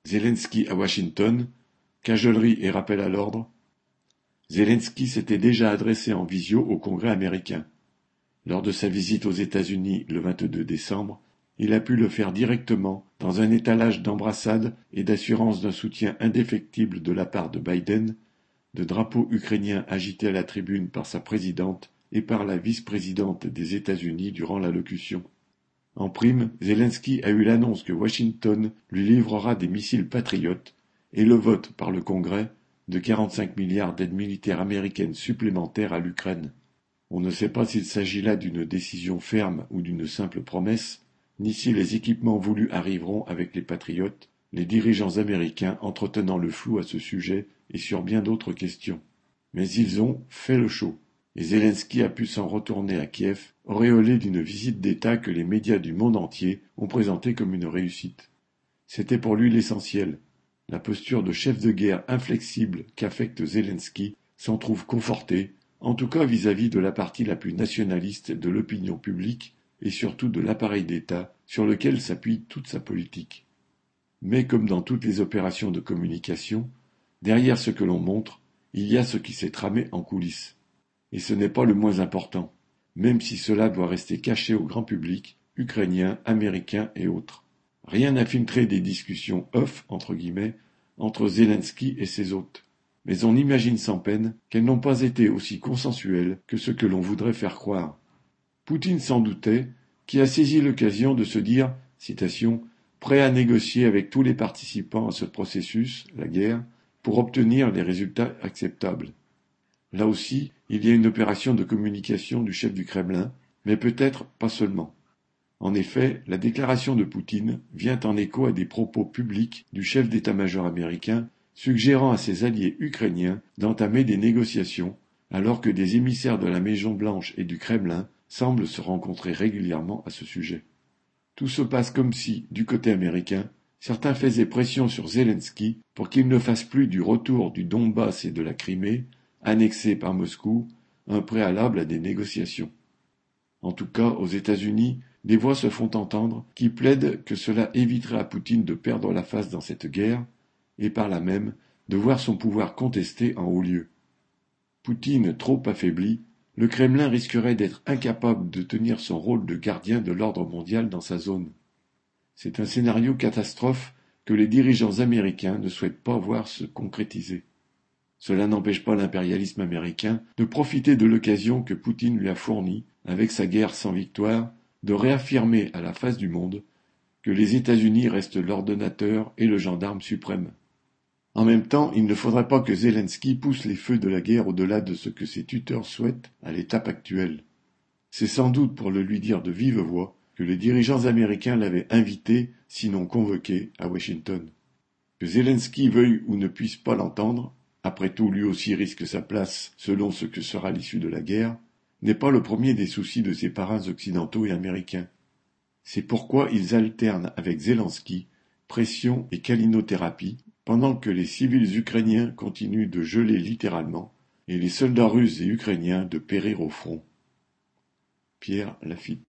Zelensky à Washington, cajolerie et rappel à l'ordre. Zelensky s'était déjà adressé en visio au Congrès américain. Lors de sa visite aux États-Unis le 22 décembre, il a pu le faire directement dans un étalage d'embrassades et d'assurance d'un soutien indéfectible de la part de Biden, de drapeaux ukrainiens agités à la tribune par sa présidente et par la vice-présidente des États-Unis durant l'allocution. En prime, Zelensky a eu l'annonce que Washington lui livrera des missiles patriotes et le vote par le Congrès de 45 milliards d'aides militaires américaines supplémentaires à l'Ukraine. On ne sait pas s'il s'agit là d'une décision ferme ou d'une simple promesse, ni si les équipements voulus arriveront avec les patriotes, les dirigeants américains entretenant le flou à ce sujet et sur bien d'autres questions. Mais ils ont fait le show. Et Zelensky a pu s'en retourner à Kiev, auréolé d'une visite d'État que les médias du monde entier ont présentée comme une réussite. C'était pour lui l'essentiel. La posture de chef de guerre inflexible qu'affecte Zelensky s'en trouve confortée, en tout cas vis-à-vis de la partie la plus nationaliste de l'opinion publique et surtout de l'appareil d'État sur lequel s'appuie toute sa politique. Mais comme dans toutes les opérations de communication, derrière ce que l'on montre, il y a ce qui s'est tramé en coulisses. Et ce n'est pas le moins important, même si cela doit rester caché au grand public, ukrainien, américain et autres. Rien n'a filtré des discussions off, entre guillemets, entre Zelensky et ses hôtes. Mais on imagine sans peine qu'elles n'ont pas été aussi consensuelles que ce que l'on voudrait faire croire. Poutine s'en doutait, qui a saisi l'occasion de se dire, citation, prêt à négocier avec tous les participants à ce processus, la guerre, pour obtenir des résultats acceptables. Là aussi, il y a une opération de communication du chef du Kremlin, mais peut-être pas seulement. En effet, la déclaration de Poutine vient en écho à des propos publics du chef d'état-major américain suggérant à ses alliés ukrainiens d'entamer des négociations, alors que des émissaires de la Maison-Blanche et du Kremlin semblent se rencontrer régulièrement à ce sujet. Tout se passe comme si, du côté américain, certains faisaient pression sur Zelensky pour qu'il ne fasse plus du retour du Donbass et de la Crimée, annexés par Moscou, un préalable à des négociations. En tout cas, aux États-Unis, des voix se font entendre qui plaident que cela éviterait à Poutine de perdre la face dans cette guerre, et par là même de voir son pouvoir contesté en haut lieu. Poutine trop affaibli, le Kremlin risquerait d'être incapable de tenir son rôle de gardien de l'ordre mondial dans sa zone. C'est un scénario catastrophe que les dirigeants américains ne souhaitent pas voir se concrétiser. Cela n'empêche pas l'impérialisme américain de profiter de l'occasion que Poutine lui a fournie, avec sa guerre sans victoire, de réaffirmer à la face du monde que les États-Unis restent l'ordonnateur et le gendarme suprême. En même temps, il ne faudrait pas que Zelensky pousse les feux de la guerre au-delà de ce que ses tuteurs souhaitent à l'étape actuelle. C'est sans doute pour le lui dire de vive voix que les dirigeants américains l'avaient invité, sinon convoqué, à Washington. Que Zelensky veuille ou ne puisse pas l'entendre, après tout lui aussi risque sa place selon ce que sera l'issue de la guerre, n'est pas le premier des soucis de ses parrains occidentaux et américains. C'est pourquoi ils alternent avec Zelensky pression et câlinothérapie, pendant que les civils ukrainiens continuent de geler littéralement, et les soldats russes et ukrainiens de périr au front. Pierre Lafitte.